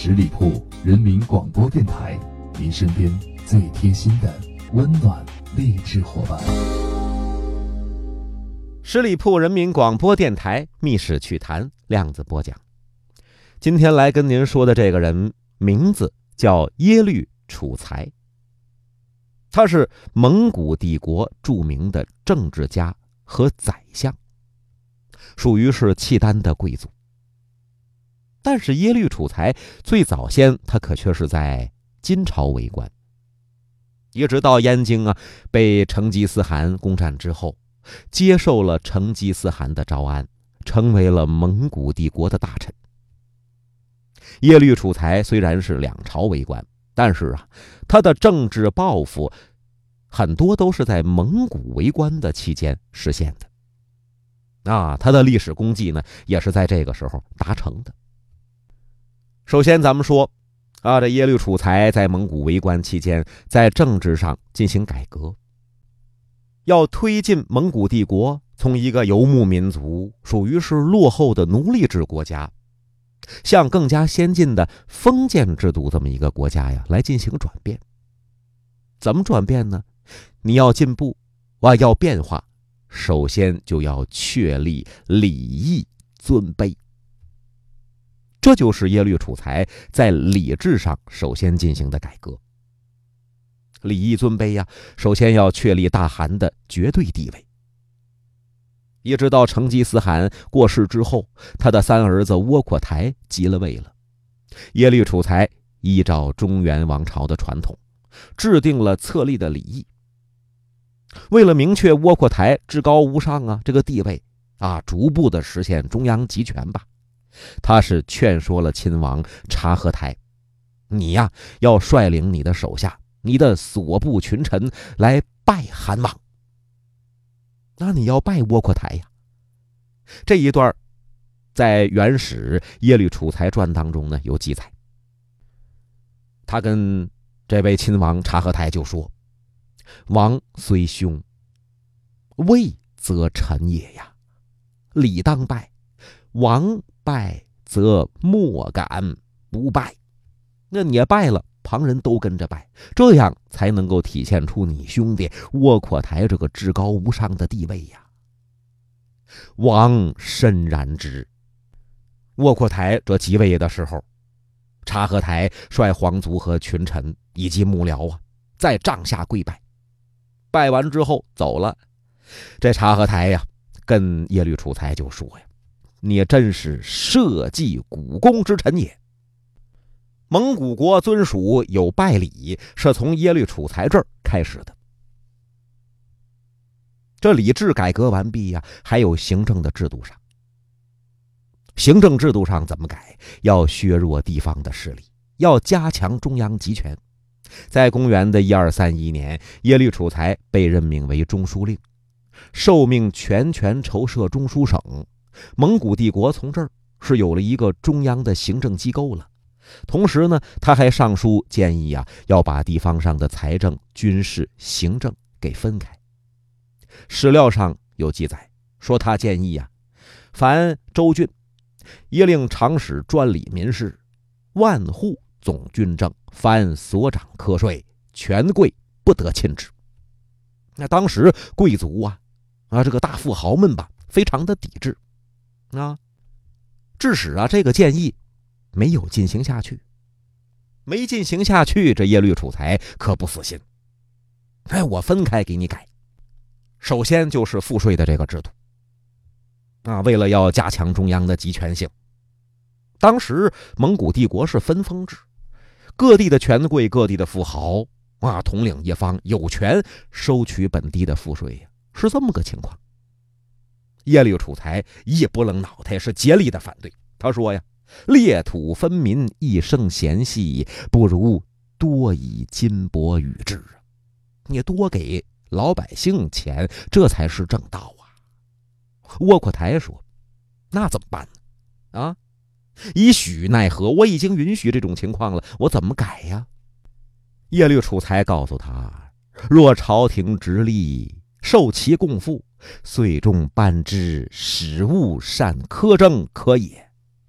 十里铺人民广播电台，您身边最贴心的温暖励志伙伴。 十里铺人民广播电台密室趣谈，量子播讲。今天来跟您说的这个人名字叫耶律楚材，他是蒙古帝国著名的政治家和宰相，属于是契丹的贵族。但是耶律楚材最早先他可却是在金朝为官，一直到燕京被成吉思汗攻占之后，接受了成吉思汗的招安，成为了蒙古帝国的大臣。耶律楚材虽然是两朝为官，但是他的政治抱负很多都是在蒙古为官的期间实现的。他的历史功绩呢，也是在这个时候达成的。首先咱们说这耶律楚材在蒙古为官期间，在政治上进行改革，要推进蒙古帝国从一个游牧民族，属于是落后的奴隶制国家，向更加先进的封建制度这么一个国家来进行转变。怎么转变呢？你要进步要变化，首先就要确立礼义尊卑。这就是耶律楚材在礼制上首先进行的改革。礼义尊卑首先要确立大汗的绝对地位。一直到成吉思汗过世之后，他的三儿子窝阔台即了位了。耶律楚材依照中原王朝的传统，制定了册立的礼义。为了明确窝阔台至高无上这个地位逐步的实现中央集权吧，他是劝说了亲王察合台，你要率领你的手下，你的所部群臣来拜汗王。那你要拜窝阔台这一段在元史耶律楚材传当中呢有记载。他跟这位亲王察合台就说，王虽兄，位则臣也呀，理当拜，王拜则莫敢不拜。那你也拜了，旁人都跟着拜，这样才能够体现出你兄弟窝阔台这个至高无上的地位呀。王深然之。窝阔台这即位的时候，察合台率皇族和群臣以及幕僚在帐下跪拜，拜完之后走了。这察合台跟耶律楚材就说你真是社稷古公之臣也。蒙古国尊属有拜礼，是从耶律楚材这儿开始的。这礼制改革完毕还有行政的制度上。行政制度上怎么改？要削弱地方的势力，要加强中央集权。在公元的1231年，耶律楚材被任命为中书令，受命全权筹设中书省。蒙古帝国从这儿是有了一个中央的行政机构了。同时呢，他还上书建议要把地方上的财政、军事、行政给分开。史料上有记载说，他建议凡州郡一令长史专理民事，万户总军政，凡所长课税，权贵不得侵之。那当时贵族这个大富豪们非常的抵制致使这个建议没有进行下去。没进行下去，这耶律楚材可不死心。我分开给你改。首先就是赋税的这个制度为了要加强中央的集权性，当时蒙古帝国是分封制，各地的权贵、各地的富豪统领一方，有权收取本地的赋税是这么个情况。耶律楚材一不愣脑袋，是竭力的反对。他说裂土分民，一生闲息，不如多以金帛与之。你多给老百姓钱，这才是正道窝阔台说，那怎么办呢以许奈何，我已经允许这种情况了，我怎么改呀？耶律楚材告诉他，若朝廷直隶，受其供赋，岁中颁之，使务善苛征可也。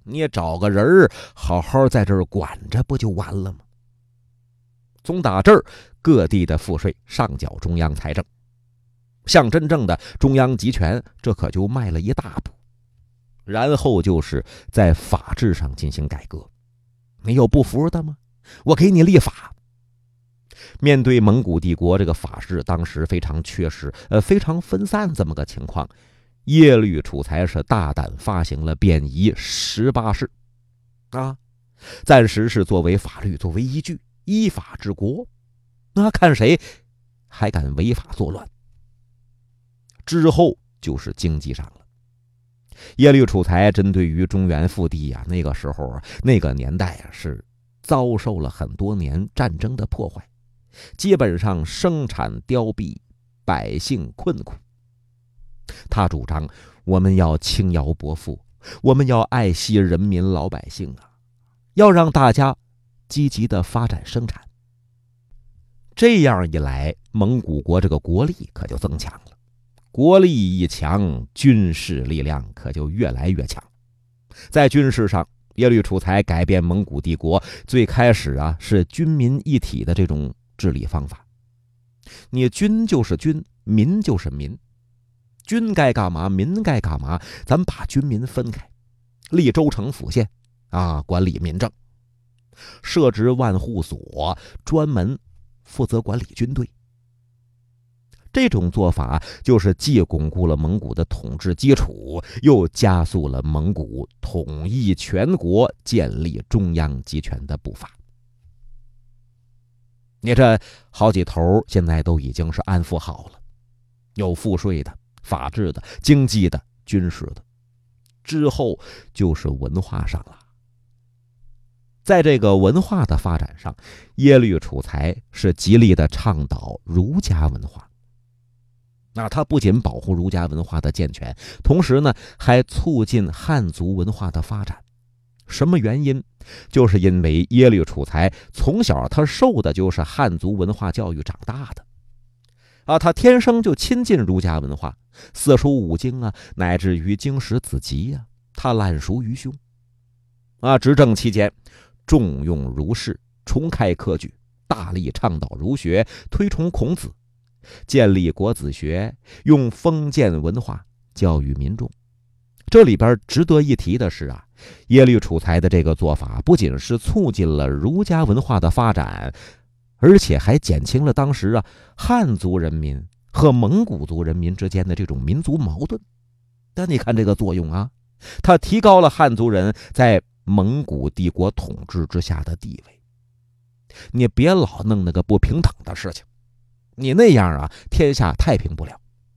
你也找个人儿好好在这儿管着不就完了吗？从打这儿，各地的赋税上缴中央财政，向真正的中央集权，这可就迈了一大步。然后就是在法制上进行改革。你有不服的吗？我给你立法。面对蒙古帝国这个法制当时非常缺失，非常分散这么个情况，耶律楚材是大胆发行了便宜18式啊，暂时是作为法律，作为依据，依法治国。那看谁还敢违法作乱。之后就是经济上了。耶律楚材针对于中原腹地啊，那个时候啊，那个年代啊，是遭受了很多年战争的破坏，基本上生产凋敝，百姓困苦。他主张我们要轻徭薄赋，我们要爱惜人民老百姓啊，要让大家积极的发展生产。这样一来，蒙古国这个国力可就增强了。国力一强，军事力量可就越来越强。在军事上，耶律楚材改变蒙古帝国最开始啊是军民一体的这种治理方法。你军就是军，民就是民，军该干嘛，民该干嘛，咱把军民分开，立州城府县啊，管理民政，设置万户所，专门负责管理军队。这种做法就是既巩固了蒙古的统治基础，又加速了蒙古统一全国、建立中央集权的步伐。你这好几头现在都已经是安抚好了，有赋税的、法治的、经济的、军事的，之后就是文化上了。在这个文化的发展上，耶律楚材是极力的倡导儒家文化。那他不仅保护儒家文化的健全，同时呢，还促进汉族文化的发展。什么原因？就是因为耶律楚材从小他受的就是汉族文化教育长大的啊，他天生就亲近儒家文化，四书五经啊，乃至于经史子集啊，他烂熟于胸啊。执政期间，重用儒士，重开科举，大力倡导儒学，推崇孔子，建立国子学，用封建文化教育民众。这里边值得一提的是啊，耶律楚材的这个做法不仅是促进了儒家文化的发展，而且还减轻了当时啊汉族人民和蒙古族人民之间的这种民族矛盾。但你看这个作用啊，它提高了汉族人在蒙古帝国统治之下的地位。你别老弄那个不平等的事情，你那样啊，天下太平不了。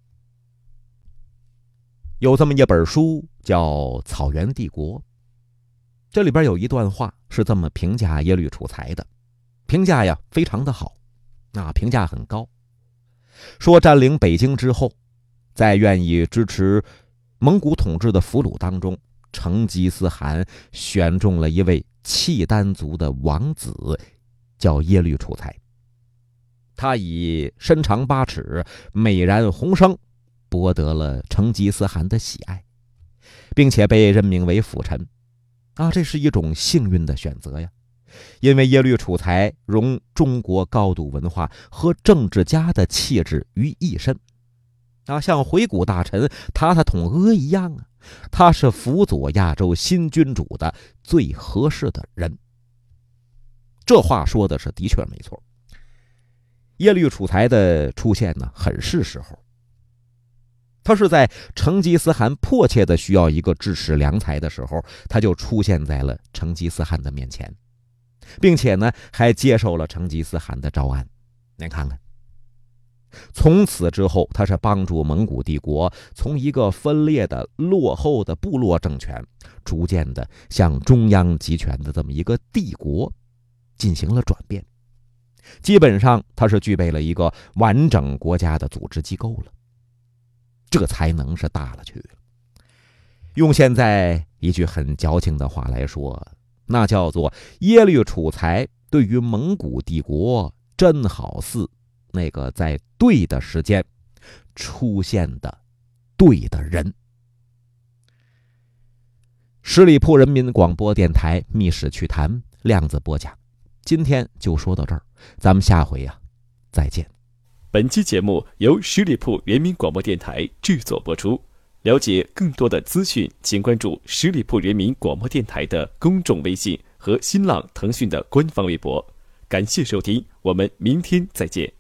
有这么一本书叫《草原帝国》，这里边有一段话是这么评价耶律楚材的，评价呀非常的好，评价很高。说占领北京之后，在愿意支持蒙古统治的俘虏当中，成吉思汗选中了一位契丹族的王子，叫耶律楚材。他以身长8尺，美髯红生，博得了成吉思汗的喜爱，并且被任命为辅臣这是一种幸运的选择呀。因为耶律楚材融中国高度文化和政治家的气质于一身像回鹘大臣塔塔统阿一样他是辅佐亚洲新君主的最合适的人。这话说的是的确没错。耶律楚材的出现呢，很是时候。他是在成吉思汗迫切的需要一个治世良才的时候，他就出现在了成吉思汗的面前，并且呢，还接受了成吉思汗的招安。您看看，从此之后，他是帮助蒙古帝国从一个分裂的、落后的部落政权，逐渐的向中央集权的这么一个帝国进行了转变。基本上，他是具备了一个完整国家的组织机构了。这才能是大了去了。用现在一句很矫情的话来说，那叫做耶律楚材对于蒙古帝国真好似那个在对的时间出现的对的人。 十里铺人民广播电台密室趣谈，量子播讲。今天就说到这儿，咱们下回再见。 本期节目由十里铺人民广播电台制作播出。了解更多的资讯，请关注十里铺人民广播电台的公众微信和新浪、腾讯的官方微博。感谢收听，我们明天再见。